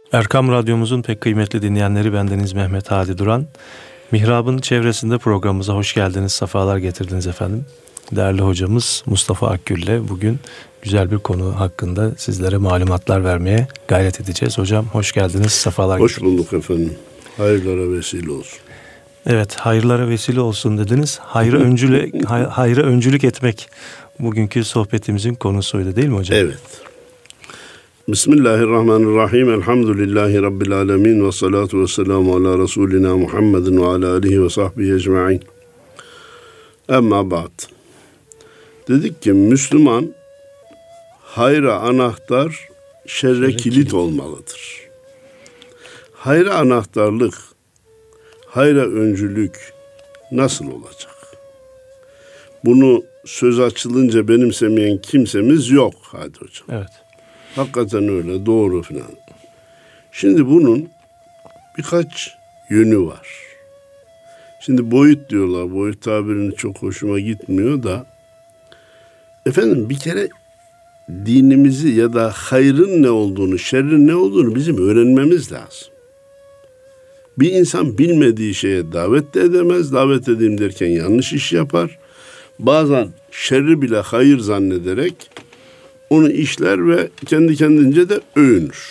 Erkam Radyomuzun pek kıymetli dinleyenleri, bendeniz Mehmet Hadi Duran. Mihrab'ın çevresinde programımıza hoş geldiniz, sefalar getirdiniz efendim. Değerli hocamız Mustafa Akgül'le bugün güzel bir konu hakkında sizlere malumatlar vermeye gayret edeceğiz. Hocam hoş geldiniz, sefalar getirdiniz. Hoş bulduk efendim. Hayırlara vesile olsun. Evet, hayırlara vesile olsun dediniz. Hayra öncülük etmek bugünkü sohbetimizin konusuydu değil mi hocam? Evet. Bismillahirrahmanirrahim. Elhamdülillahi Rabbil alemin. Ve salatu ve selamu ala Resulina Muhammedin ve ala alihi ve sahbihi ecma'in. Amma ba'd. Dedik ki Müslüman hayra anahtar, şerre kilit olmalıdır. Hayra anahtarlık, hayra öncülük nasıl olacak? Bunu söz açılınca benimsemeyen kimsemiz yok hadi hocam. Evet. Hakikaten öyle, doğru falan. Şimdi bunun birkaç yönü var. Şimdi boyut diyorlar, boyut tabirini çok hoşuma gitmiyor da. Efendim bir kere dinimizi ya da hayrın ne olduğunu, şerrin ne olduğunu bizim öğrenmemiz lazım. Bir insan bilmediği şeye davet de edemez. Davet edeyim derken yanlış iş yapar. Bazen şerri bile hayır zannederek onu işler ve kendi kendince de övünür.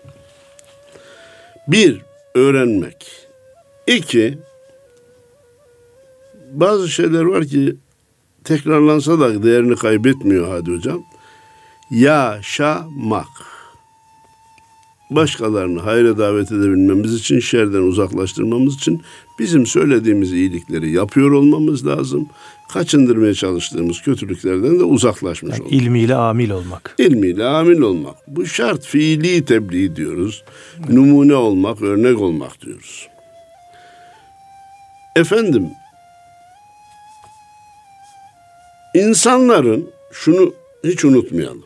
1. Öğrenmek. 2. Bazı şeyler var ki tekrarlansa da değerini kaybetmiyor hadi hocam. Yaşamak. Başkalarını hayra davet edebilmemiz için, şerden uzaklaştırmamız için bizim söylediğimiz iyilikleri yapıyor olmamız lazım. Kaçındırmaya çalıştığımız kötülüklerden de uzaklaşmış olmak. İlmiyle amil olmak. İlmiyle amil olmak. Bu şart, fiili tebliğ diyoruz. Evet. Numune olmak, örnek olmak diyoruz. Efendim, insanların şunu hiç unutmayalım.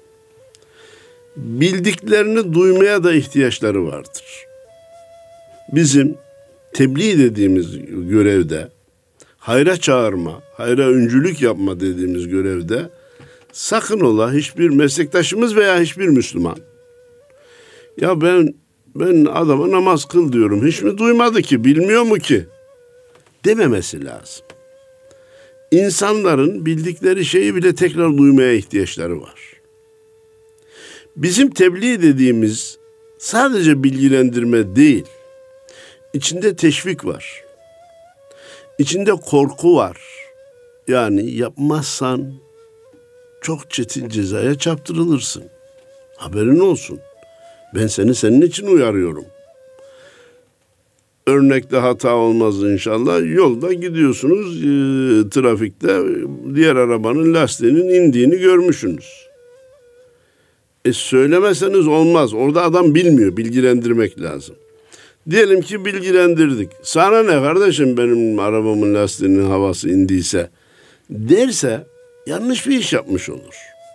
Bildiklerini duymaya da ihtiyaçları vardır. Bizim tebliğ dediğimiz görevde, hayra çağırma, hayra öncülük yapma dediğimiz görevde sakın ola hiçbir meslektaşımız veya hiçbir Müslüman, ya ben adama namaz kıl diyorum, hiç mi duymadı ki, bilmiyor mu ki dememesi lazım. İnsanların bildikleri şeyi bile tekrar duymaya ihtiyaçları var. Bizim tebliğ dediğimiz sadece bilgilendirme değil, içinde teşvik var. İçinde korku var. Yani yapmazsan çok çetin cezaya çarptırılırsın. Haberin olsun. Ben seni senin için uyarıyorum. Örnekte hata olmaz inşallah. Yolda gidiyorsunuz, trafikte diğer arabanın lastiğinin indiğini görmüşsünüz. Söylemeseniz olmaz. Orada adam bilmiyor. Bilgilendirmek lazım. Diyelim ki bilgilendirdik. Sana ne kardeşim benim arabamın lastiğinin havası indiyse derse yanlış bir iş yapmış olur.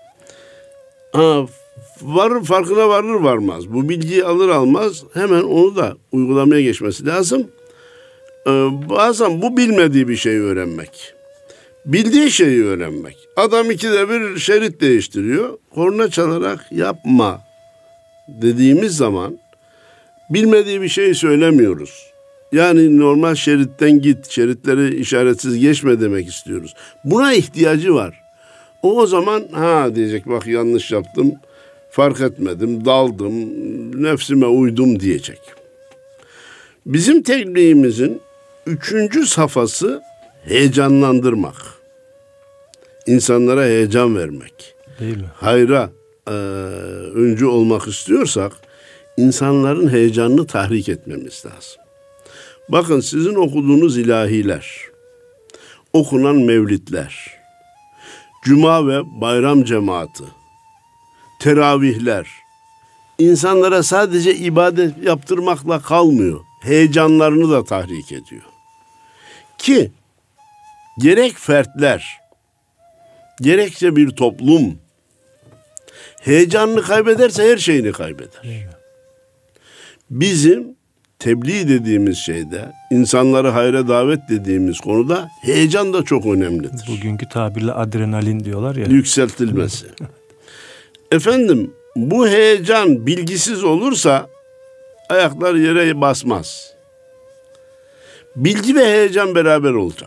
Farkına varır varmaz. Bu bilgiyi alır almaz hemen onu da uygulamaya geçmesi lazım. Bazen bu bilmediği bir şeyi öğrenmek. Bildiği şeyi öğrenmek. Adam 2'de bir şerit değiştiriyor. Korna çalarak yapma dediğimiz zaman bilmediği bir şeyi söylemiyoruz. Yani normal şeritten git, şeritleri işaretsiz geçme demek istiyoruz. Buna ihtiyacı var. O zaman diyecek, bak yanlış yaptım, fark etmedim, daldım, nefsime uydum diyecek. Bizim tebliğimizin 3. safhası heyecanlandırmak. İnsanlara heyecan vermek. Değil mi? Hayra öncü olmak istiyorsak insanların heyecanını tahrik etmemiz lazım. Bakın sizin okuduğunuz ilahiler, okunan mevlidler, cuma ve bayram cemaati, teravihler, insanlara sadece ibadet yaptırmakla kalmıyor. Heyecanlarını da tahrik ediyor. Ki gerek fertler, gerekse bir toplum heyecanını kaybederse her şeyini kaybeder. Bizim tebliğ dediğimiz şeyde, insanları hayra davet dediğimiz konuda heyecan da çok önemlidir. Bugünkü tabirle adrenalin diyorlar ya. Yükseltilmesi. Efendim, bu heyecan bilgisiz olursa ayaklar yere basmaz. Bilgi ve heyecan beraber olacak.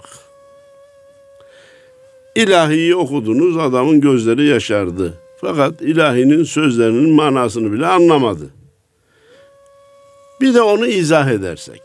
İlahiyi okudunuz, adamın gözleri yaşardı. Fakat ilahinin sözlerinin manasını bile anlamadı. Bir de onu izah edersek.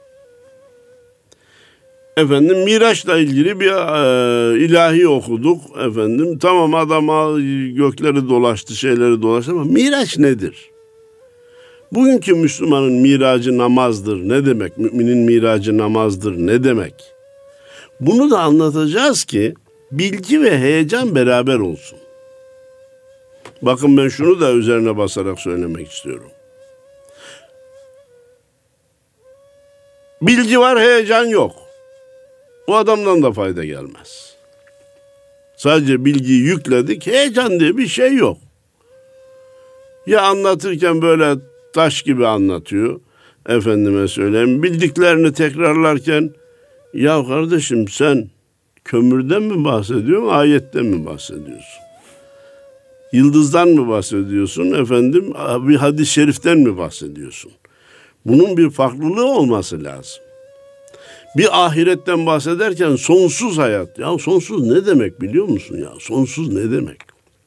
Efendim Miraç'la ilgili bir ilahi okuduk. Efendim tamam, adam gökleri dolaştı, şeyleri dolaştı ama Miraç nedir? Bugünkü Müslümanın miracı namazdır. Ne demek? Müminin miracı namazdır. Ne demek? Bunu da anlatacağız ki bilgi ve heyecan beraber olsun. Bakın ben şunu da üzerine basarak söylemek istiyorum. Bilgi var, heyecan yok. O adamdan da fayda gelmez. Sadece bilgiyi yükledik, heyecan diye bir şey yok. Ya anlatırken böyle taş gibi anlatıyor, efendime söyleyeyim. Bildiklerini tekrarlarken, ya kardeşim sen kömürden mi bahsediyorsun, ayetten mi bahsediyorsun? Yıldızdan mı bahsediyorsun, efendim bir hadis-i şeriften mi bahsediyorsun? Bunun bir farklılığı olması lazım. Bir ahiretten bahsederken sonsuz hayat. Ya sonsuz ne demek biliyor musun ya? Sonsuz ne demek?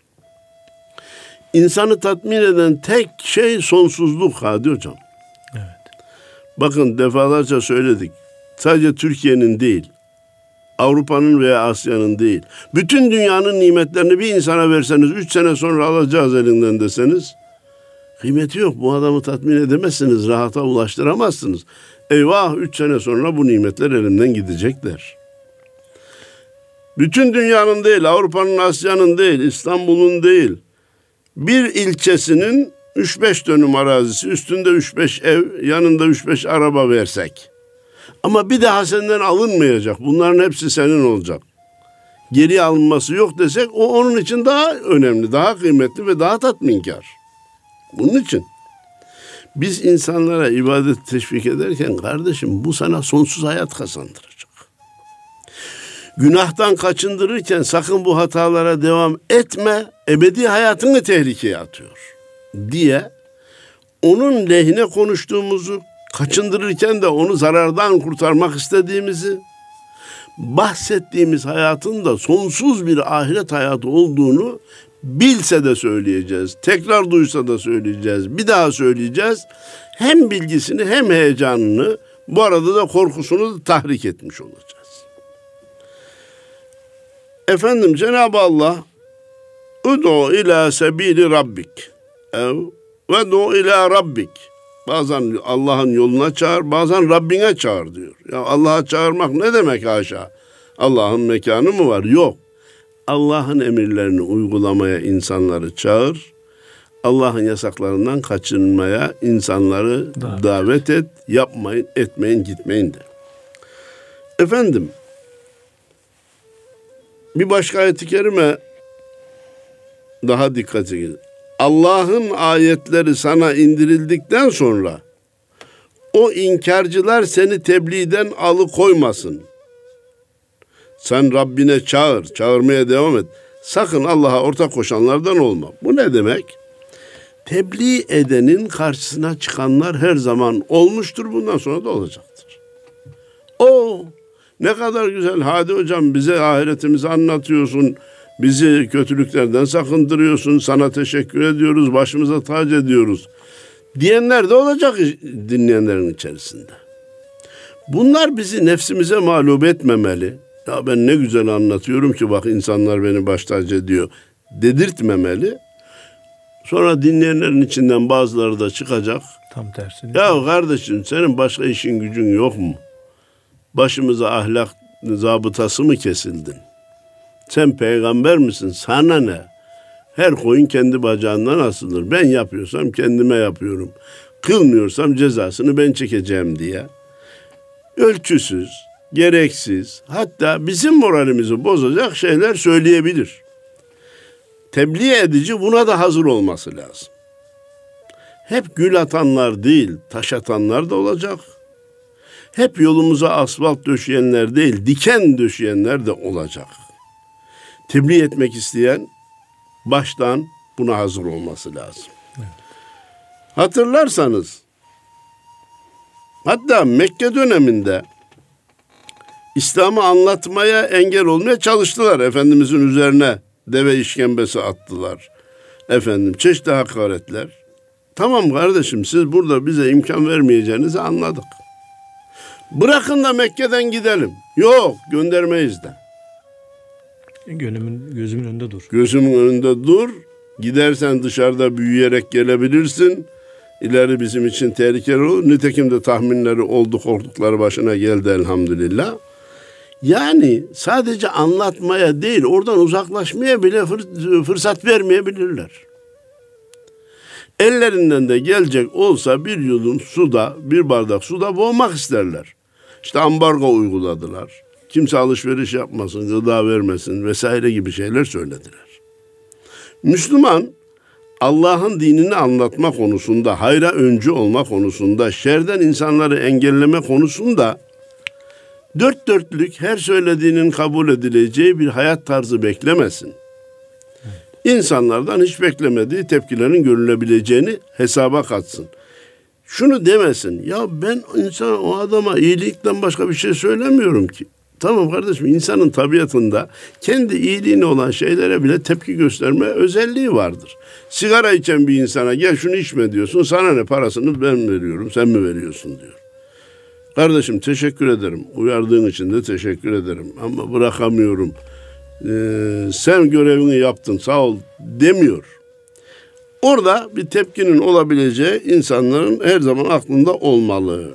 İnsanı tatmin eden tek şey sonsuzluk Hadi Hocam. Evet. Bakın defalarca söyledik. Sadece Türkiye'nin değil, Avrupa'nın veya Asya'nın değil, bütün dünyanın nimetlerini bir insana verseniz, 3 sene sonra alacağız elinden deseniz, kıymeti yok. Bu adamı tatmin edemezsiniz, rahata ulaştıramazsınız. Eyvah, 3 sene sonra bu nimetler elimden gidecekler. Bütün dünyanın değil, Avrupa'nın, Asya'nın değil, İstanbul'un değil, bir ilçesinin 3-5 dönüm arazisi, üstünde 3-5 ev, yanında 3-5 araba versek. Ama bir daha senden alınmayacak. Bunların hepsi senin olacak. Geri alınması yok desek, o onun için daha önemli, daha kıymetli ve daha tatminkar. Bunun için biz insanlara ibadet teşvik ederken, kardeşim bu sana sonsuz hayat kazandıracak. Günahtan kaçındırırken sakın bu hatalara devam etme, ebedi hayatını tehlikeye atıyor diye onun lehine konuştuğumuzu, kaçındırırken de onu zarardan kurtarmak istediğimizi, bahsettiğimiz hayatın da sonsuz bir ahiret hayatı olduğunu bilse de söyleyeceğiz. Tekrar duysa da söyleyeceğiz. Bir daha söyleyeceğiz. Hem bilgisini hem heyecanını, bu arada da korkusunu da tahrik etmiş olacağız. Efendim Cenab-ı Allah Udu ila sebili rabbik ve du ila rabbik. Bazen Allah'ın yoluna çağır, bazen Rabbine çağır diyor. Ya Allah'a çağırmak ne demek haşa? Allah'ın mekanı mı var? Yok. Allah'ın emirlerini uygulamaya insanları çağır. Allah'ın yasaklarından kaçınmaya insanları davet et. Yapmayın, etmeyin, gitmeyin de. Efendim, bir başka ayet-i kerime daha dikkat edin. Allah'ın ayetleri sana indirildikten sonra o inkarcılar seni tebliğden alıkoymasın. Sen Rabbine çağır, çağırmaya devam et. Sakın Allah'a ortak koşanlardan olma. Bu ne demek? Tebliğ edenin karşısına çıkanlar her zaman olmuştur, bundan sonra da olacaktır. O ne kadar güzel Hadi Hocam, bize ahiretimizi anlatıyorsun, bizi kötülüklerden sakındırıyorsun, sana teşekkür ediyoruz, başımıza tac ediyoruz diyenler de olacak dinleyenlerin içerisinde. Bunlar bizi nefsimize mağlup etmemeli. Ya ben ne güzel anlatıyorum ki bak insanlar beni baş tacı ediyor dedirtmemeli. Sonra dinleyenlerin içinden bazıları da çıkacak. Tam tersini. Ya kardeşim senin başka işin gücün yok mu? Başımıza ahlak zabıtası mı kesildin? Sen peygamber misin? Sana ne? Her koyun kendi bacağından asılır. Ben yapıyorsam kendime yapıyorum. Kılmıyorsam cezasını ben çekeceğim diye. Ölçüsüz, gereksiz, hatta bizim moralimizi bozacak şeyler söyleyebilir. Tebliğ edici buna da hazır olması lazım. Hep gül atanlar değil, taş atanlar da olacak. Hep yolumuza asfalt döşeyenler değil, diken döşeyenler de olacak. Tebliğ etmek isteyen baştan buna hazır olması lazım. Evet. Hatırlarsanız Hatta Mekke döneminde İslam'ı anlatmaya engel olmaya çalıştılar. Efendimizin üzerine deve işkembesi attılar. Çeşitli hakaretler. Tamam kardeşim, siz burada bize imkan vermeyeceğinizi anladık. Bırakın da Mekke'den gidelim. Yok, göndermeyiz de. Gözümün önünde dur. Gözümün önünde dur. Gidersen dışarıda büyüyerek gelebilirsin. İleri bizim için tehlikeli olur. Nitekim de tahminleri oldu, korktukları başına geldi elhamdülillah. Yani sadece anlatmaya değil, oradan uzaklaşmaya bile fırsat vermeyebilirler. Ellerinden de gelecek olsa bir yudum suda, bir bardak suda boğmak isterler. İşte ambargo uyguladılar. Kimse alışveriş yapmasın, gıda vermesin vesaire gibi şeyler söylediler. Müslüman, Allah'ın dinini anlatma konusunda, hayra öncü olma konusunda, şerden insanları engelleme konusunda dört dörtlük her söylediğinin kabul edileceği bir hayat tarzı beklemesin. İnsanlardan hiç beklemediği tepkilerin görülebileceğini hesaba katsın. Şunu demesin, ya ben o adama iyilikten başka bir şey söylemiyorum ki. Tamam kardeşim, insanın tabiatında kendi iyiliğine olan şeylere bile tepki gösterme özelliği vardır. Sigara içen bir insana gel şunu içme diyorsun, sana ne, parasını ben veriyorum, sen mi veriyorsun diyor. Kardeşim teşekkür ederim, uyardığın için de teşekkür ederim ama bırakamıyorum. Sen görevini yaptın, sağ ol demiyor. Orada bir tepkinin olabileceği insanların her zaman aklında olmalı.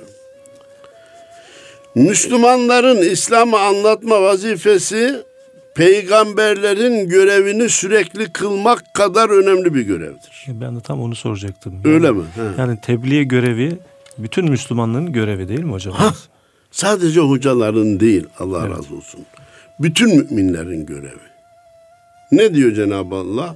Müslümanların İslam'ı anlatma vazifesi peygamberlerin görevini sürekli kılmak kadar önemli bir görevdir. Ben de tam onu soracaktım. Öyle mi? Yani tebliğ görevi bütün Müslümanların görevi değil mi hocam? Sadece hocaların değil, Allah razı olsun. Bütün müminlerin görevi. Ne diyor Cenab-ı Allah?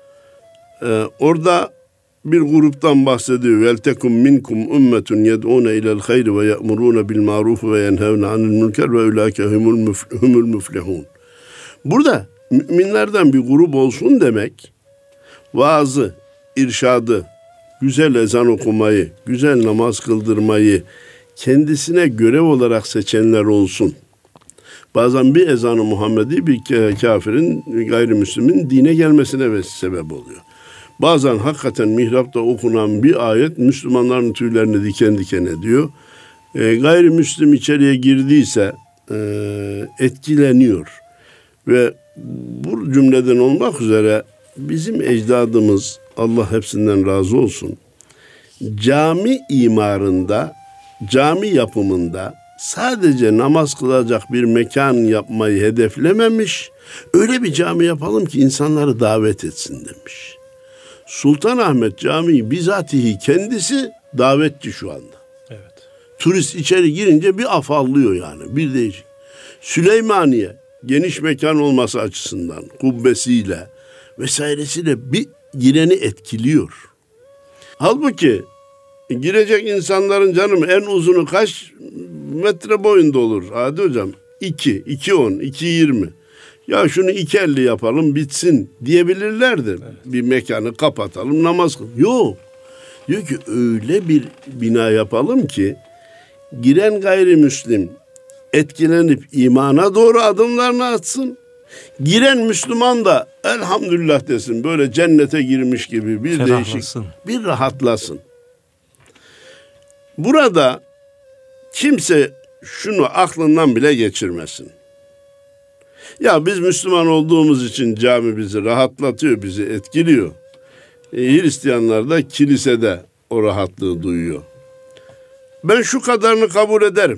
Orada bir gruptan bahsediyor. Veltekum minkum ummetun yed'une ilel hayri ve ye'murune bil maruf ve yenhevne anil münker ve ulaike humul müflihun. Burada müminlerden bir grup olsun demek, vaazı, irşadı, güzel ezan okumayı, güzel namaz kıldırmayı kendisine görev olarak seçenler olsun. Bazen bir ezan-ı Muhammedi bir kafirin, gayrimüslimin dine gelmesine sebep oluyor. Bazen hakikaten mihrapta okunan bir ayet Müslümanların tüylerini diken diken ediyor. Gayrimüslim içeriye girdiyse etkileniyor. Ve bu cümleden olmak üzere bizim ecdadımız, Allah hepsinden razı olsun, cami imarında, cami yapımında sadece namaz kılacak bir mekan yapmayı hedeflememiş, öyle bir cami yapalım ki insanları davet etsin demiş. Sultanahmet Camii bizatihi kendisi davetçi şu anda. Evet. Turist içeri girince bir afallıyor yani, bir değişik. Süleymaniye geniş mekan olması açısından kubbesiyle vesairesiyle bir gireni etkiliyor. Halbuki girecek insanların canım en uzunu kaç metre boyunda olur Hadi hocam? 2.10, 2.20. Ya şunu 2.50 yapalım bitsin diyebilirlerdi. Evet. Bir mekanı kapatalım, namaz kıl. Yok. Diyor ki öyle bir bina yapalım ki giren gayrimüslim etkilenip imana doğru adımlarını atsın. Giren Müslüman da elhamdülillah desin, böyle cennete girmiş gibi bir değişik, bir rahatlasın. Burada kimse şunu aklından bile geçirmesin. Ya biz Müslüman olduğumuz için cami bizi rahatlatıyor, bizi etkiliyor. Hristiyanlar da kilisede o rahatlığı duyuyor. Ben şu kadarını kabul ederim.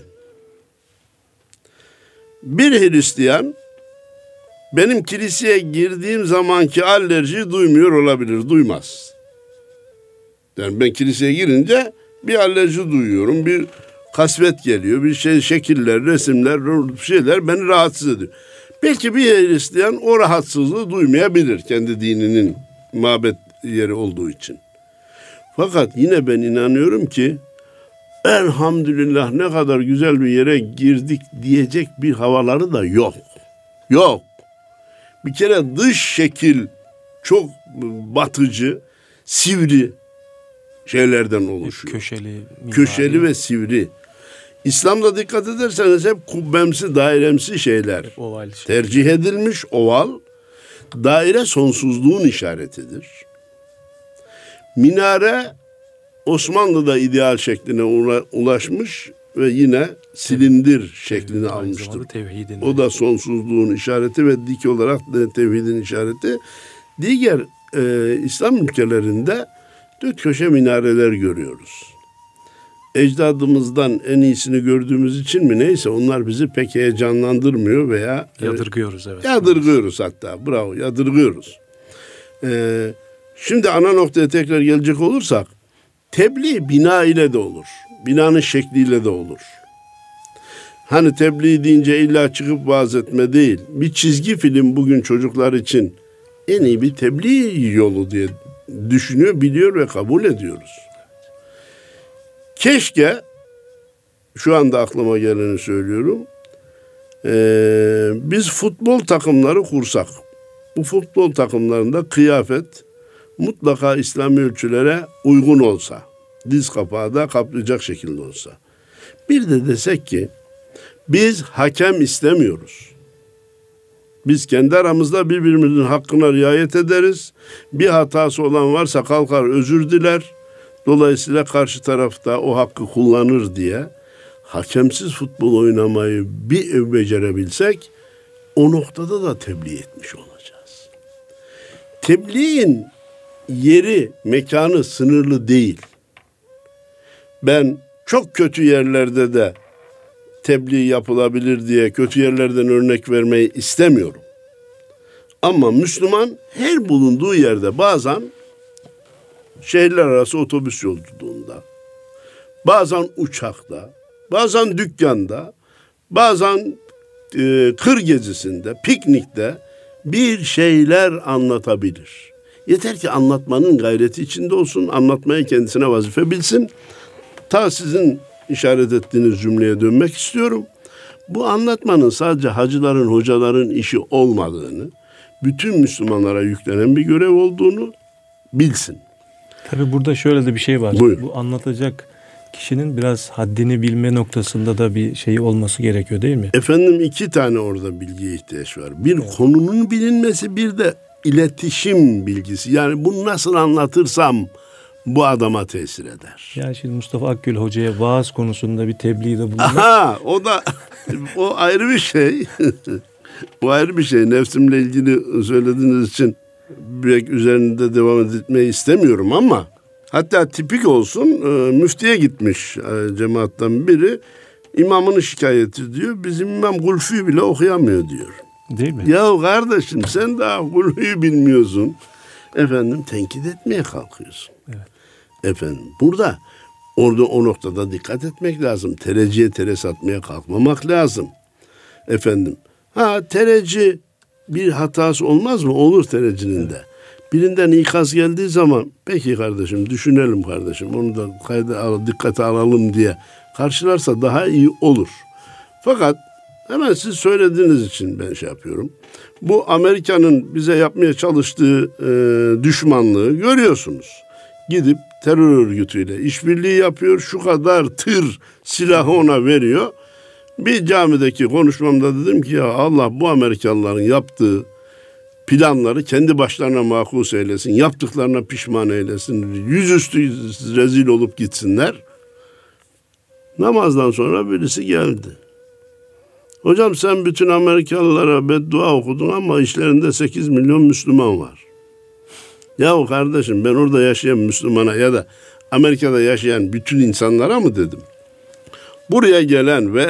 Bir Hristiyan benim kiliseye girdiğim zamanki alerjiyi duymuyor olabilir, duymaz. Yani ben kiliseye girince bir alerji duyuyorum, bir kasvet geliyor, bir şekiller, resimler, şeyler beni rahatsız ediyor. Belki bir Hristiyan o rahatsızlığı duymayabilir kendi dininin mabet yeri olduğu için. Fakat yine ben inanıyorum ki elhamdülillah ne kadar güzel bir yere girdik diyecek bir havaları da yok. Yok. Bir kere dış şekil çok batıcı, sivri şeylerden oluşuyor. Köşeli Köşeli ve sivri. İslam'da dikkat ederseniz hep kubbemsi, dairemsi şeyler Oval şey. tercih edilmiş. Oval, daire sonsuzluğun işaretidir. Minare Osmanlı'da ideal şekline ulaşmış ve yine silindir şeklini almıştır. O da sonsuzluğun işareti ve dik olarak da tevhidin işareti. Diğer İslam ülkelerinde dört köşe minareler görüyoruz. Ecdadımızdan en iyisini gördüğümüz için mi neyse onlar bizi pek heyecanlandırmıyor veya yadırgıyoruz, evet. Yadırgıyoruz hatta. Bravo, yadırgıyoruz. Şimdi ana noktaya tekrar gelecek olursak, tebliğ bina ile de olur. Binanın şekliyle de olur. Hani tebliğ deyince illa çıkıp vaaz etme değil. Bir çizgi film bugün çocuklar için en iyi bir tebliğ yolu diye düşünüyor, biliyor ve kabul ediyoruz. Keşke, şu anda aklıma geleni söylüyorum, biz futbol takımları kursak. Bu futbol takımlarında kıyafet mutlaka İslami ölçülere uygun olsa, diz kapağı da kaplayacak şekilde olsa. Bir de desek ki, biz hakem istemiyoruz. Biz kendi aramızda birbirimizin hakkına riayet ederiz. Bir hatası olan varsa kalkar özür diler. Dolayısıyla karşı tarafta o hakkı kullanır diye hakemsiz futbol oynamayı bir becerebilsek o noktada da tebliğ etmiş olacağız. Tebliğin yeri, mekanı sınırlı değil. Ben çok kötü yerlerde de tebliğ yapılabilir diye kötü yerlerden örnek vermeyi istemiyorum. Ama Müslüman her bulunduğu yerde bazen şehirler arası otobüs yolculuğunda, bazen uçakta, bazen dükkanda, bazen kır gezisinde, piknikte bir şeyler anlatabilir. Yeter ki anlatmanın gayreti içinde olsun, anlatmayı kendisine vazife bilsin. Ta sizin işaret ettiğiniz cümleye dönmek istiyorum. Bu anlatmanın sadece hacıların, hocaların işi olmadığını, bütün Müslümanlara yüklenen bir görev olduğunu bilsin. Tabii burada şöyle de bir şey var. Buyur. Bu anlatacak kişinin biraz haddini bilme noktasında da bir şey olması gerekiyor, değil mi? Efendim, iki tane orada bilgiye ihtiyaç var. Bir, konunun bilinmesi, bir de iletişim bilgisi. Yani bunu nasıl anlatırsam bu adama tesir eder. Yani şimdi Mustafa Akgül Hoca'ya vaaz konusunda bir tebliğde bulunmak. Aha, o da o ayrı bir şey. O ayrı bir şey. Nefsimle ilgili söylediğiniz için büyük üzerinde devam etmeyi istemiyorum ama hatta tipik olsun, müftiye gitmiş cemaatten biri, imamını şikayet ediyor. Bizim imam Gulfü'yü bile okuyamıyor diyor. Değil mi? Ya kardeşim, sen daha Gulfü'yü bilmiyorsun. Efendim, tenkit etmeye kalkıyorsun. Evet. Efendim, burada orada o noktada dikkat etmek lazım. Tereciye tere satmaya kalkmamak lazım. Efendim, tereci bir hatası olmaz mı? Olur terecinin de. Birinden ikaz geldiği zaman, peki kardeşim, düşünelim kardeşim, onu da dikkate alalım diye karşılarsa daha iyi olur. Fakat hemen siz söylediğiniz için ben şey yapıyorum. Bu Amerika'nın bize yapmaya çalıştığı düşmanlığı görüyorsunuz. Gidip terör örgütüyle işbirliği yapıyor. Şu kadar tır silahı ona veriyor. Bir camideki konuşmamda dedim ki, ya Allah bu Amerikalıların yaptığı planları kendi başlarına makus eylesin. Yaptıklarına pişman eylesin. Yüzüstü rezil olup gitsinler. Namazdan sonra birisi geldi. Hocam, sen bütün Amerikalılara beddua okudun ama işlerinde 8 milyon Müslüman var. Yahu kardeşim, ben orada yaşayan Müslümana ya da Amerika'da yaşayan bütün insanlara mı dedim? Buraya gelen ve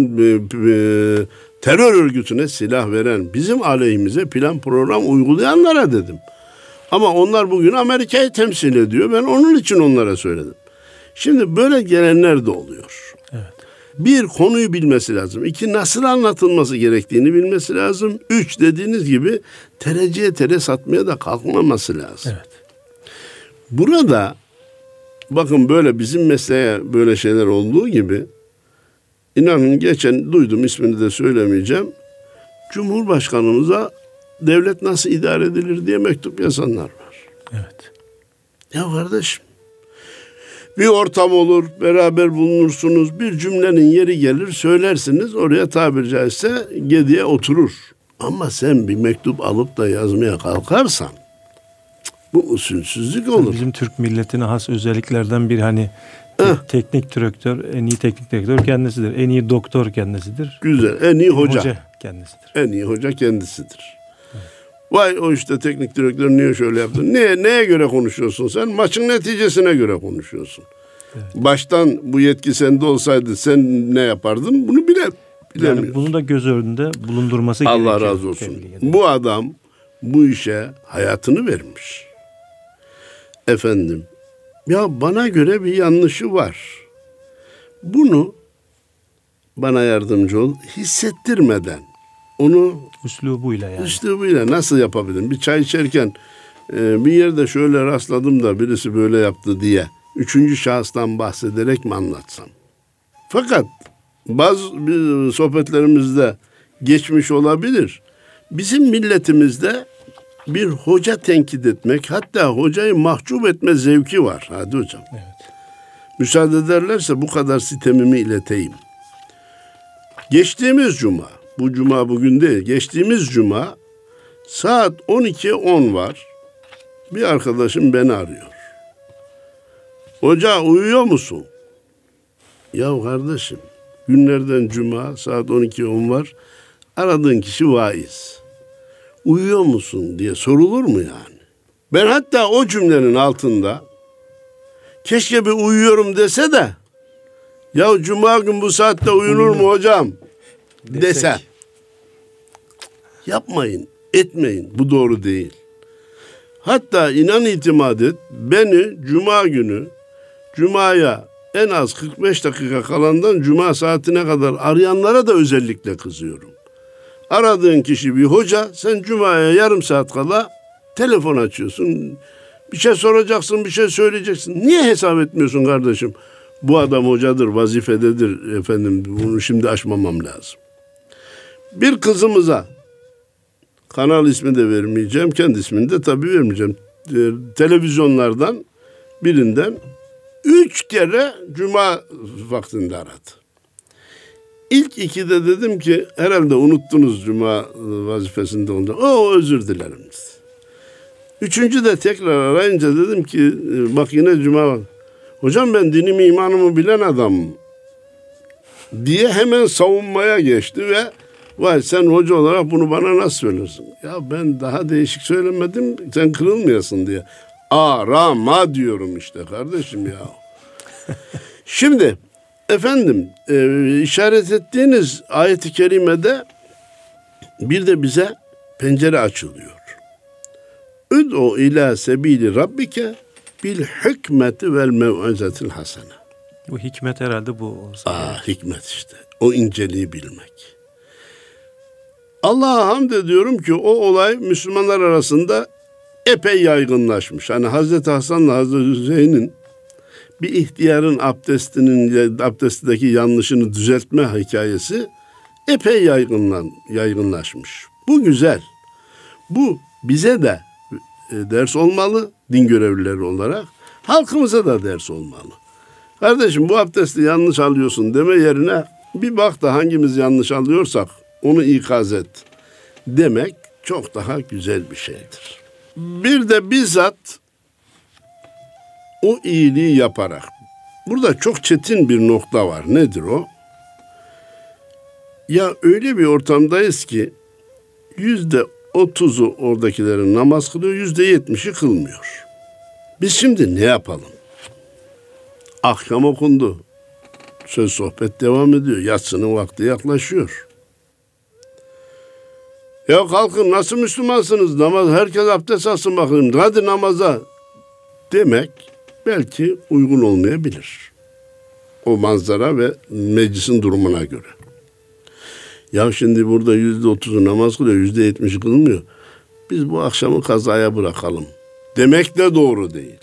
terör örgütüne silah veren, bizim aleyhimize plan program uygulayanlara dedim. Ama onlar bugün Amerika'yı temsil ediyor. Ben onun için onlara söyledim. Şimdi böyle gelenler de oluyor. Evet. Bir, konuyu bilmesi lazım. İki, nasıl anlatılması gerektiğini bilmesi lazım. Üç, dediğiniz gibi tereciye tere satmaya da kalkmaması lazım. Evet. Burada bakın, böyle bizim mesleğe böyle şeyler olduğu gibi, inanın geçen duydum, ismini de söylemeyeceğim. Cumhurbaşkanımıza devlet nasıl idare edilir diye mektup yazanlar var. Evet. Ya kardeşim, Bir ortam olur, beraber bulunursunuz. Bir cümlenin yeri gelir, söylersiniz. Oraya tabiri caizse gediye oturur. Ama sen bir mektup alıp da yazmaya kalkarsan bu usulsüzlük olur. Bizim Türk milletine has özelliklerden bir hani teknik direktör, en iyi teknik direktör kendisidir. En iyi doktor kendisidir. Güzel, en iyi hoca kendisidir. En iyi hoca kendisidir. Vay o işte teknik direktör niye şöyle yaptı? Neye göre konuşuyorsun sen? Maçın neticesine göre konuşuyorsun. Evet. Baştan bu yetki sende olsaydı sen ne yapardın? Bunu bilemiyorsun. Yani bunu da göz önünde bulundurması gerekiyor. Allah razı olsun. Bu adam bu işe hayatını vermiş. Efendim, ya bana göre bir yanlışı var. Bunu bana yardımcı ol, hissettirmeden onu üslubuyla nasıl yapabilirim? Bir çay içerken bir yerde şöyle rastladım da birisi böyle yaptı diye üçüncü şahıstan bahsederek mi anlatsam? Fakat bazı sohbetlerimizde geçmiş olabilir. Bizim milletimizde bir hoca tenkit etmek, hatta hocayı mahcup etme zevki var. Hadi hocam. Evet. Müsaade ederlerse bu kadar sitemimi ileteyim. Geçtiğimiz cuma, bu cuma bugün değil, geçtiğimiz cuma saat 12:10 var. Bir arkadaşım beni arıyor. Hoca uyuyor musun? Ya kardeşim, günlerden cuma saat 12:10 var. Aradığın kişi vaiz. Uyuyor musun diye sorulur mu yani? Ben hatta o cümlenin altında keşke bir uyuyorum dese de ya cuma gün bu saatte uyunur mu hocam dese. Yapmayın, etmeyin. Bu doğru değil. Hatta inan itimat et, beni cuma günü cumaya en az 45 dakika kalandan cuma saatine kadar arayanlara da özellikle kızıyorum. Aradığın kişi bir hoca, sen cumaya yarım saat kala telefon açıyorsun. Bir şey soracaksın, bir şey söyleyeceksin. Niye hesap etmiyorsun kardeşim? Bu adam hocadır, vazifededir efendim. Bunu şimdi aşmamam lazım. Bir kızımıza, kanal ismi de vermeyeceğim, kendi ismini de tabii vermeyeceğim. Televizyonlardan birinden 3 kere cuma vaktinde aradı. İlk 2'de dedim ki herhalde unuttunuz cuma vazifesinde ondan. Özür dilerim. 3. de tekrar arayınca dedim ki bak yine cuma var. Hocam ben dinimi imanımı bilen adamım diye hemen savunmaya geçti ve vay sen hoca olarak bunu bana nasıl söylersin? Ya ben daha değişik söylemedim sen kırılmayasın diye. Arama diyorum işte kardeşim ya. Şimdi efendim işaret ettiğiniz ayet-i kerimede bir de bize pencere açılıyor. Üd'u ila sebili rabbike bil hikmeti vel mev'izetil hasene. Bu hikmet herhalde bu. Hikmet işte. O inceliği bilmek. Allah'a hamd ediyorum ki o olay Müslümanlar arasında epey yaygınlaşmış. Hani Hazreti Hasan'la Hazreti Hüseyin'in bir ihtiyarın abdestindeki yanlışını düzeltme hikayesi epey yaygınlaşmış. Bu güzel. Bu bize de ders olmalı din görevlileri olarak. Halkımıza da ders olmalı. Kardeşim bu abdesti yanlış alıyorsun deme yerine bir bak da hangimiz yanlış alıyorsak onu ikaz et demek çok daha güzel bir şeydir. Bir de bizzat o iyiliği yaparak. Burada çok çetin bir nokta var. Nedir o? Ya öyle bir ortamdayız ki %30'u oradakilerin namaz kılıyor, %70'i kılmıyor. Biz şimdi ne yapalım? Akşam okundu. Söz sohbet devam ediyor. Yatsının vakti yaklaşıyor. Ya kalkın nasıl Müslümansınız? Namaz, herkes abdest alsın bakayım. Hadi namaza demek belki uygun olmayabilir. O manzara ve meclisin durumuna göre. Ya şimdi burada %30'u namaz kılıyor, %70'i kılmıyor. Biz bu akşamı kazaya bırakalım. Demek de doğru değil.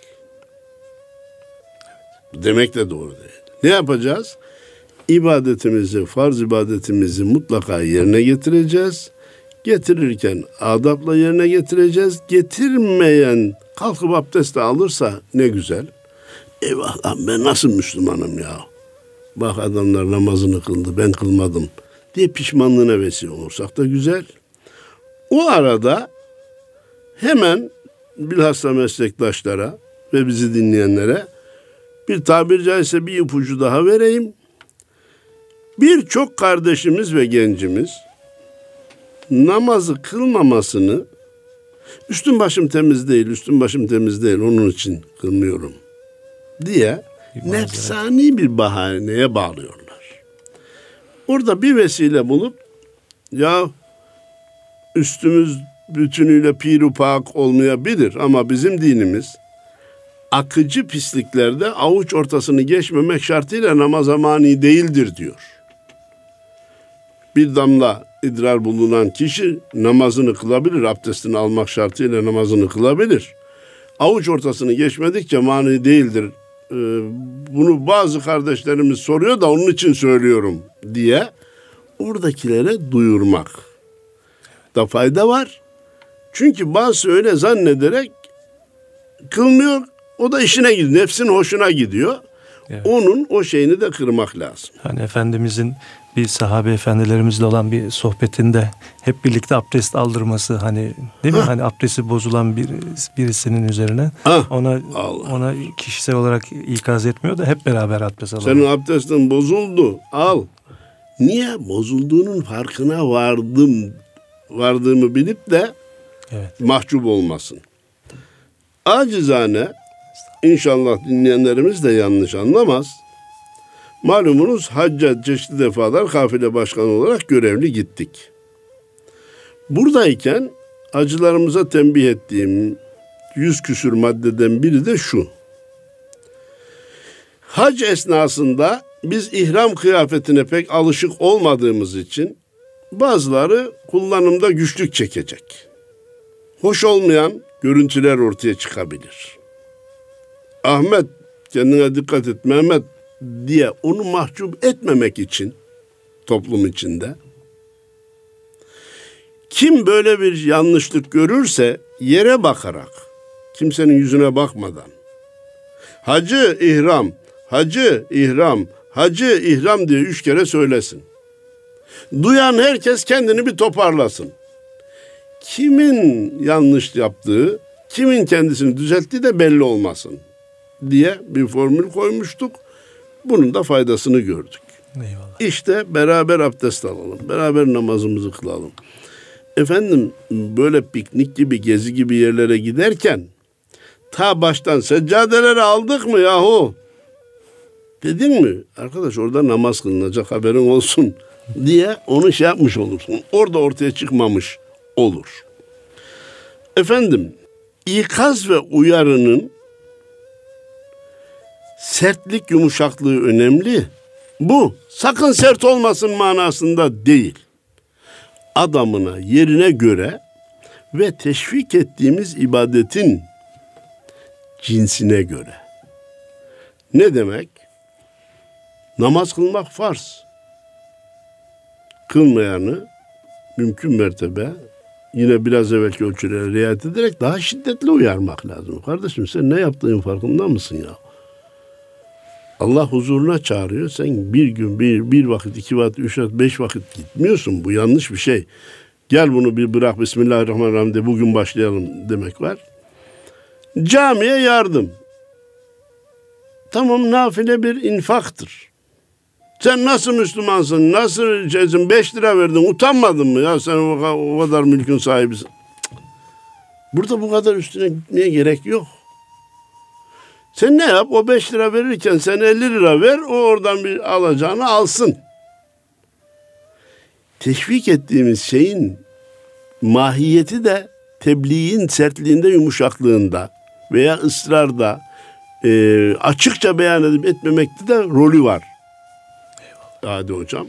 Demek de doğru değil. Ne yapacağız? İbadetimizi, farz ibadetimizi mutlaka yerine getireceğiz. Getirirken adapla yerine getireceğiz. Getirmeyen kalkıp abdest alırsa ne güzel. eyvah lan ben nasıl Müslümanım ya? Bak adamlar namazını kıldı, ben kılmadım diye pişmanlığına vesile olursak da güzel. O arada hemen bilhassa meslektaşlara ve bizi dinleyenlere bir tabiri caizse bir ipucu daha vereyim. Birçok kardeşimiz ve gencimiz namazı kılmamasını üstüm başım temiz değil onun için kılmıyorum diye nefsani bir bahaneye bağlıyorlar. Orada bir vesile bulup ya üstümüz bütünüyle pir-u-pak olmayabilir ama bizim dinimiz akıcı pisliklerde avuç ortasını geçmemek şartıyla namaza mani değildir diyor. Bir damla idrar bulunan kişi namazını kılabilir, abdestini almak şartıyla namazını kılabilir. Avuç ortasını geçmedikçe mani değildir. Bunu bazı kardeşlerimiz soruyor da onun için söylüyorum diye oradakilere duyurmak da fayda var. Çünkü bazı öyle zannederek kılmıyor, o da işine gidiyor, nefsin hoşuna gidiyor. Evet. Onun o şeyini de kırmak lazım. Hani Efendimizin bir sahabe efendilerimizle olan bir sohbetinde hep birlikte abdest aldırması, hani değil mi? Hani abdesti bozulan birisinin üzerine ona kişisel olarak ikaz etmiyor da hep beraber abdest alalım. Senin abdestin bozuldu, al. Niye? Bozulduğunun farkına vardığımı bilip de mahcup olmasın. Acizane inşallah dinleyenlerimiz de yanlış anlamaz. Malumunuz hacca çeşitli defalar kafile başkanı olarak görevli gittik. Buradayken hacılarımıza tembih ettiğim 100 küsür maddeden biri de şu. Hac esnasında biz ihram kıyafetine pek alışık olmadığımız için bazıları kullanımda güçlük çekecek. Hoş olmayan görüntüler ortaya çıkabilir. Ahmet kendine dikkat et, Mehmet diye onu mahcup etmemek için toplum içinde kim böyle bir yanlışlık görürse yere bakarak, kimsenin yüzüne bakmadan hacı ihram, hacı ihram, hacı ihram diye 3 kere söylesin. Duyan herkes kendini bir toparlasın. Kimin yanlış yaptığı, kimin kendisini düzelttiği de belli olmasın diye bir formül koymuştuk. Bunun da faydasını gördük. Eyvallah. İşte beraber abdest alalım, beraber namazımızı kılalım. Efendim böyle piknik gibi, gezi gibi yerlere giderken ta baştan seccadeleri aldık mı yahu? Dedin mi? Arkadaş orada namaz kılınacak, haberin olsun diye onu şey yapmış olursun. Orada ortaya çıkmamış olur. Efendim ikaz ve uyarının sertlik, yumuşaklığı önemli. Bu sakın sert olmasın manasında değil. Adamına, yerine göre ve teşvik ettiğimiz ibadetin cinsine göre. Ne demek? Namaz kılmak farz. Kılmayanı mümkün mertebe yine biraz evvelki ölçülere riayet ederek daha şiddetli uyarmak lazım. Kardeşim sen ne yaptığın farkında mısın ya? Allah huzuruna çağırıyor. Sen bir gün bir vakit, 2 vakit, 3 vakit, 5 vakit gitmiyorsun. Bu yanlış bir şey. Gel bunu bir bırak. Bismillahirrahmanirrahim de bugün başlayalım demek var. Camiye yardım. Tamam, nafile bir infaktır. Sen nasıl Müslümansın? Nasıl şeysin? 5 lira verdin. Utanmadın mı? Ya sen o kadar mülkün sahibisin. Burada bu kadar üstüne gitmeye gerek yok. Sen ne yap? O 5 lira verirken sen 50 lira ver. O oradan bir alacağını alsın. Teşvik ettiğimiz şeyin mahiyeti de tebliğin sertliğinde, yumuşaklığında veya ısrarda açıkça beyan edip etmemekte de rolü var. Hadi hocam.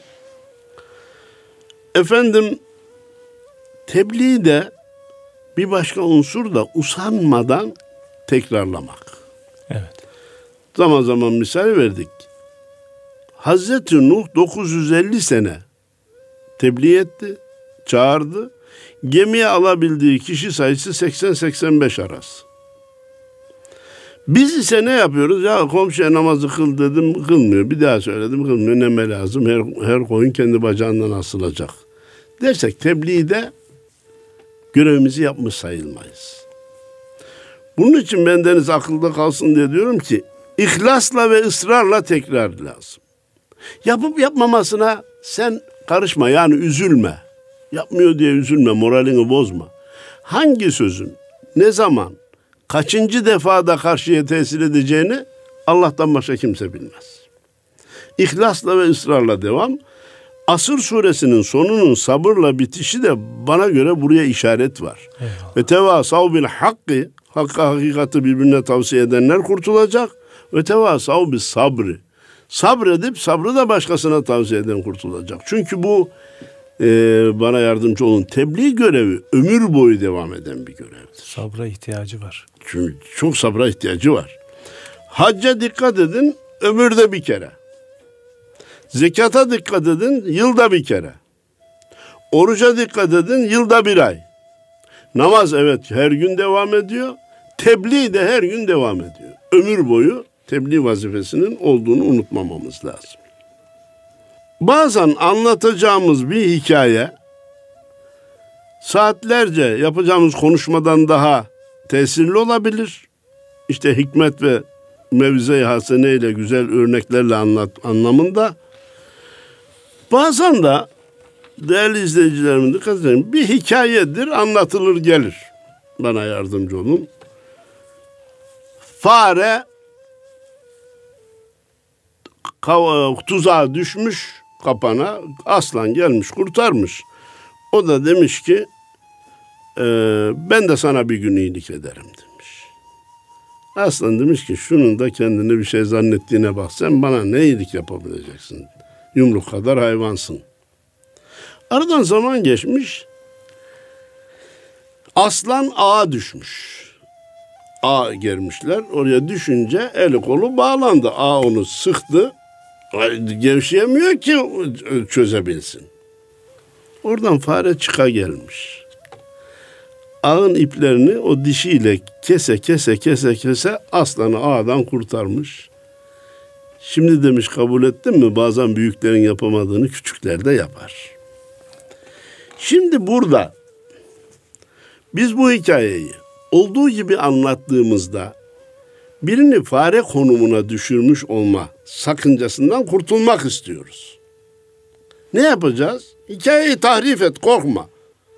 Efendim tebliğ de bir başka unsur da usanmadan tekrarlamak. Evet. Zaman zaman misal verdik. Hazreti Nuh 950 sene tebliğ etti, çağırdı. Gemiye alabildiği kişi sayısı 80-85 arası. Biz ise ne yapıyoruz? Ya komşuya namazı kıl dedim, kılmıyor. Bir daha söyledim, kılmıyor. Neme lazım? Her koyun kendi bacağından asılacak dersek tebliğde görevimizi yapmış sayılmayız. Bunun için bendeniz akılda kalsın diye diyorum ki ihlasla ve ısrarla tekrar lazım. Yapıp yapmamasına sen karışma, yani üzülme. Yapmıyor diye üzülme, moralini bozma. Hangi sözün, ne zaman, kaçıncı defada karşıya tesir edeceğini Allah'tan başka kimse bilmez. İhlasla ve ısrarla devam. Asır suresinin sonunun sabırla bitişi de bana göre buraya işaret var. Ve tevasav bil hakkı, hakka hakikati birbirine tavsiye edenler kurtulacak. Ve tevasav bil sabri, sabredip sabrı da başkasına tavsiye eden kurtulacak. Çünkü bu bana yardımcı olun, tebliğ görevi ömür boyu devam eden bir görevdir. Sabra ihtiyacı var. Çünkü çok sabra ihtiyacı var. Hacca dikkat edin, ömürde bir kere. Zekata dikkat edin, yılda bir kere. Oruca dikkat edin, yılda bir ay. Namaz evet her gün devam ediyor. Tebliğ de her gün devam ediyor. Ömür boyu tebliğ vazifesinin olduğunu unutmamamız lazım. Bazen anlatacağımız bir hikaye saatlerce yapacağımız konuşmadan daha tesirli olabilir. İşte hikmet ve mevze-i hasene ile güzel örneklerle anlamında. Bazen de değerli izleyicilerimin dikkat edin, bir hikayedir, anlatılır gelir. Bana yardımcı olun. Fare tuzağa düşmüş kapana, aslan gelmiş kurtarmış. O da demiş ki ben de sana bir gün iyilik ederim demiş. Aslan demiş ki şunun da kendini bir şey zannettiğine bak, sen bana ne iyilik yapabileceksin? Yumruk kadar hayvansın. Aradan zaman geçmiş. Aslan ağa düşmüş. Ağa germişler. Oraya düşünce eli kolu bağlandı. Ağa onu sıktı. Gevşeyemiyor ki çözebilsin. Oradan fare çıka gelmiş. Ağın iplerini o dişiyle kese aslanı ağdan kurtarmış. Şimdi demiş kabul ettin mi? Bazen büyüklerin yapamadığını küçükler de yapar. Şimdi burada biz bu hikayeyi olduğu gibi anlattığımızda birini fare konumuna düşürmüş olma sakıncasından kurtulmak istiyoruz. Ne yapacağız? Hikayeyi tahrif et, korkma.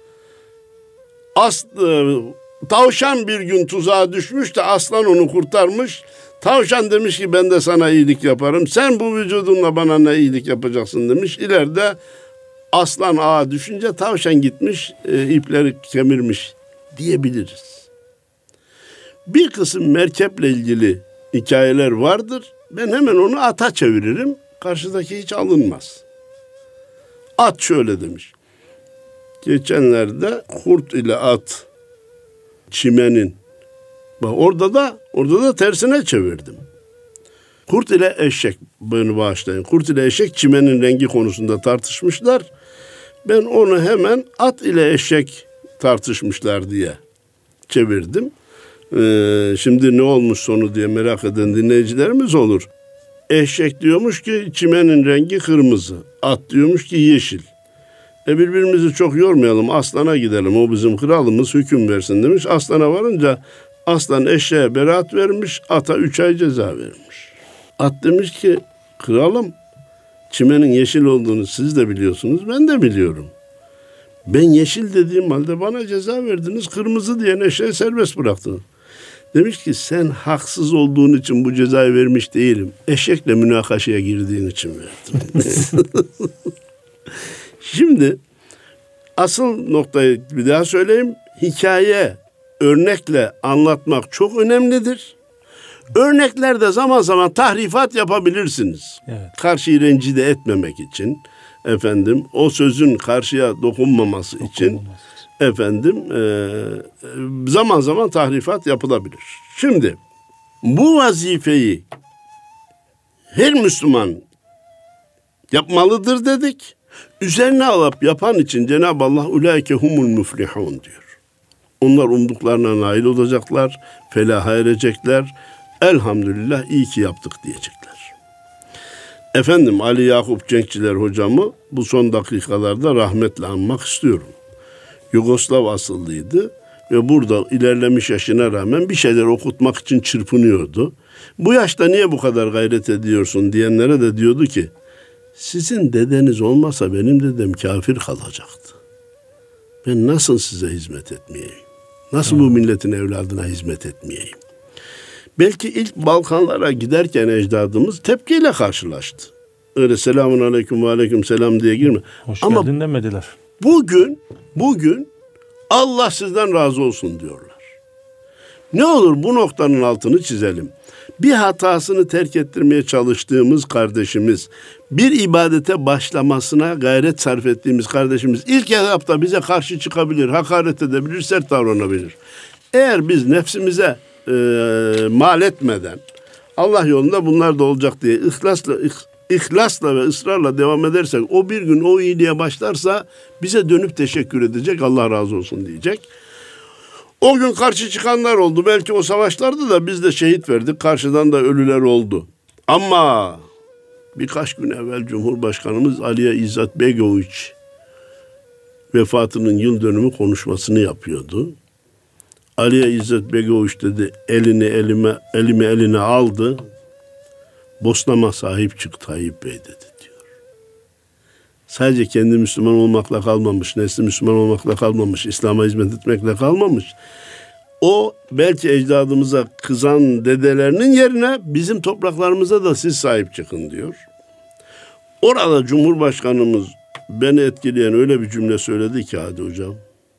Tavşan bir gün tuzağa düşmüş de aslan onu kurtarmış. Tavşan demiş ki ben de sana iyilik yaparım. Sen bu vücudunla bana ne iyilik yapacaksın demiş. İleride aslan ağa düşünce tavşan gitmiş, ipleri kemirmiş diyebiliriz. Bir kısım merkeple ilgili hikayeler vardır. Ben hemen onu ata çeviririm. Karşıdaki hiç alınmaz. At şöyle demiş. Geçenlerde kurt ile at çimenin. Bak orada da tersine çevirdim. Kurt ile eşek, beni bağışlayın. Kurt ile eşek çimenin rengi konusunda tartışmışlar. Ben onu hemen at ile eşek tartışmışlar diye çevirdim. Şimdi ne olmuş sonu diye merak eden dinleyicilerimiz olur. Eşek diyormuş ki çimenin rengi kırmızı. At diyormuş ki yeşil. Birbirimizi çok yormayalım, aslana gidelim, o bizim kralımız, hüküm versin demiş. Aslana varınca aslan eşeğe beraat vermiş, ata 3 ay ceza vermiş. At demiş ki kralım, çimenin yeşil olduğunu siz de biliyorsunuz, ben de biliyorum. Ben yeşil dediğim halde bana ceza verdiniz, kırmızı diyen eşeği serbest bıraktınız. Demiş ki sen haksız olduğun için bu cezayı vermiş değilim. Eşekle münakaşaya girdiğin için verdim. Şimdi asıl noktayı bir daha söyleyeyim. Hikaye, örnekle anlatmak çok önemlidir. Örneklerde zaman zaman tahrifat yapabilirsiniz. Evet. Karşıyı rencide etmemek için, o sözün karşıya dokunmaması için, zaman zaman tahrifat yapılabilir. Şimdi bu vazifeyi her Müslüman yapmalıdır dedik. Üzerine alıp yapan için Cenab-ı Allah ulaike humul müflihun diyor. Onlar umduklarına nail olacaklar, felaha erecekler, elhamdülillah iyi ki yaptık diyecekler. Efendim Ali Yakup Cenkçiler hocamı bu son dakikalarda rahmetle anmak istiyorum. Yugoslav asıllıydı ve burada ilerlemiş yaşına rağmen bir şeyler okutmak için çırpınıyordu. Bu yaşta niye bu kadar gayret ediyorsun diyenlere de diyordu ki, sizin dedeniz olmasa benim dedem kafir kalacaktı. Ben nasıl size hizmet etmeyeyim? Nasıl bu milletin evladına hizmet etmeyeyim? Belki ilk Balkanlara giderken ecdadımız tepkiyle karşılaştı. Öyle selamun aleyküm ve aleyküm selam diye girme. Hoş geldin demediler. Bugün Allah sizden razı olsun diyorlar. Ne olur bu noktanın altını çizelim. Bir hatasını terk ettirmeye çalıştığımız kardeşimiz, bir ibadete başlamasına gayret sarf ettiğimiz kardeşimiz ilk etapta bize karşı çıkabilir, hakaret edebilir, sert davranabilir. Eğer biz nefsimize mal etmeden Allah yolunda bunlar da olacak diye ihlasla ve ısrarla devam edersek, o bir gün o iyiliğe başlarsa bize dönüp teşekkür edecek, Allah razı olsun diyecek. O gün karşı çıkanlar oldu. Belki o savaşlarda da biz de şehit verdik. Karşıdan da ölüler oldu. Ama birkaç gün evvel Cumhurbaşkanımız Aliye İzzet Begoviç vefatının yıl dönümü konuşmasını yapıyordu. Aliye İzzet Begoviç dedi, elimi eline aldı. Bosna'ma sahip çık Tayyip Bey dedi diyor. Sadece kendi Müslüman olmakla kalmamış, nesli Müslüman olmakla kalmamış, İslam'a hizmet etmekle kalmamış. O belki ecdadımıza kızan dedelerinin yerine bizim topraklarımıza da siz sahip çıkın diyor. Orada Cumhurbaşkanımız beni etkileyen öyle bir cümle söyledi ki Hadi Hocam.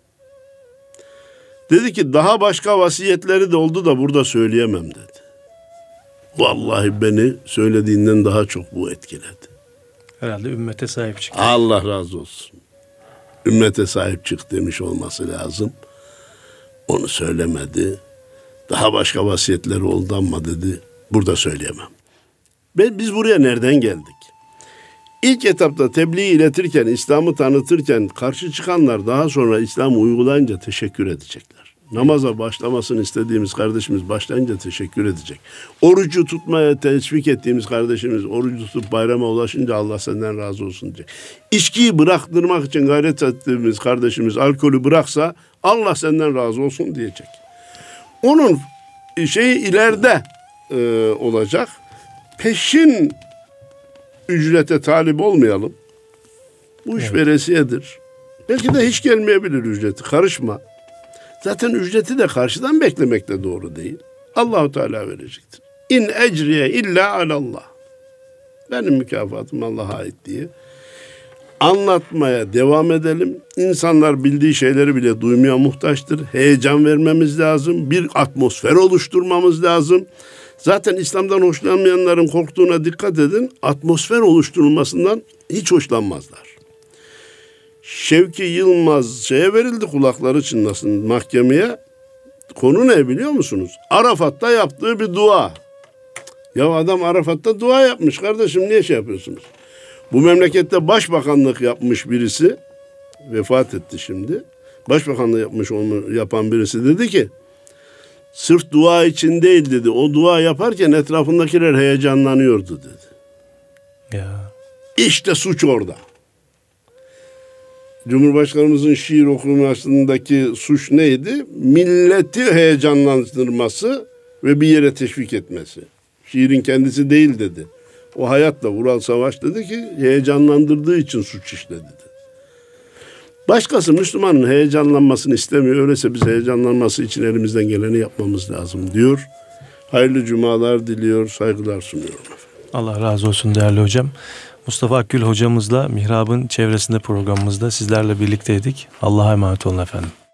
Dedi ki daha başka vasiyetleri de oldu da burada söyleyemem dedi. Vallahi beni söylediğinden daha çok bu etkiledi. Herhalde ümmete sahip çıktı. Allah razı olsun. Ümmete sahip çık demiş olması lazım. Onu söylemedi. Daha başka vasiyetleri oldu ama dedi burada söyleyemem. Biz buraya nereden geldik? İlk etapta tebliği iletirken, İslam'ı tanıtırken karşı çıkanlar daha sonra İslam'ı uygulayınca teşekkür edecekler. Namaza başlamasını istediğimiz kardeşimiz başlayınca teşekkür edecek. Orucu tutmaya teşvik ettiğimiz kardeşimiz orucu tutup bayrama ulaşınca Allah senden razı olsun diyecek. İçkiyi bıraktırmak için gayret ettiğimiz kardeşimiz alkolü bıraksa Allah senden razı olsun diyecek. Onun şeyi ileride olacak. Peşin ücrete talip olmayalım. Bu iş veresiyedir. Belki de hiç gelmeyebilir ücreti. Karışma. Zaten ücreti de karşıdan beklemek de doğru değil. Allah-u Teala verecektir. İn ecriye illa alallah. Benim mükafatım Allah'a ait diye anlatmaya devam edelim. İnsanlar bildiği şeyleri bile duymaya muhtaçtır. Heyecan vermemiz lazım. Bir atmosfer oluşturmamız lazım. Zaten İslam'dan hoşlanmayanların korktuğuna dikkat edin. Atmosfer oluşturulmasından hiç hoşlanmazlar. Şevki Yılmaz şeye verildi, kulakları çınlasın, mahkemeye. Konu ne biliyor musunuz? Arafat'ta yaptığı bir dua. Ya adam Arafat'ta dua yapmış kardeşim, niye şey yapıyorsunuz? Bu memlekette başbakanlık yapmış birisi, vefat etti şimdi. Başbakanlık yapmış onu yapan birisi dedi ki, sırf dua için değil dedi. O dua yaparken etrafındakiler heyecanlanıyordu dedi. Ya. İşte suç orada. Cumhurbaşkanımızın şiir okumasındaki suç neydi? Milleti heyecanlandırması ve bir yere teşvik etmesi. Şiirin kendisi değil dedi. O hayatla Vural Savaş dedi ki heyecanlandırdığı için suç işledi dedi. Başkası Müslümanın heyecanlanmasını istemiyor. Öyleyse biz heyecanlanması için elimizden geleni yapmamız lazım diyor. Hayırlı cumalar diliyor, saygılar sunuyorum efendim. Allah razı olsun değerli hocam. Mustafa Akgül hocamızla Mihrab'ın çevresinde programımızda sizlerle birlikteydik. Allah'a emanet olun efendim.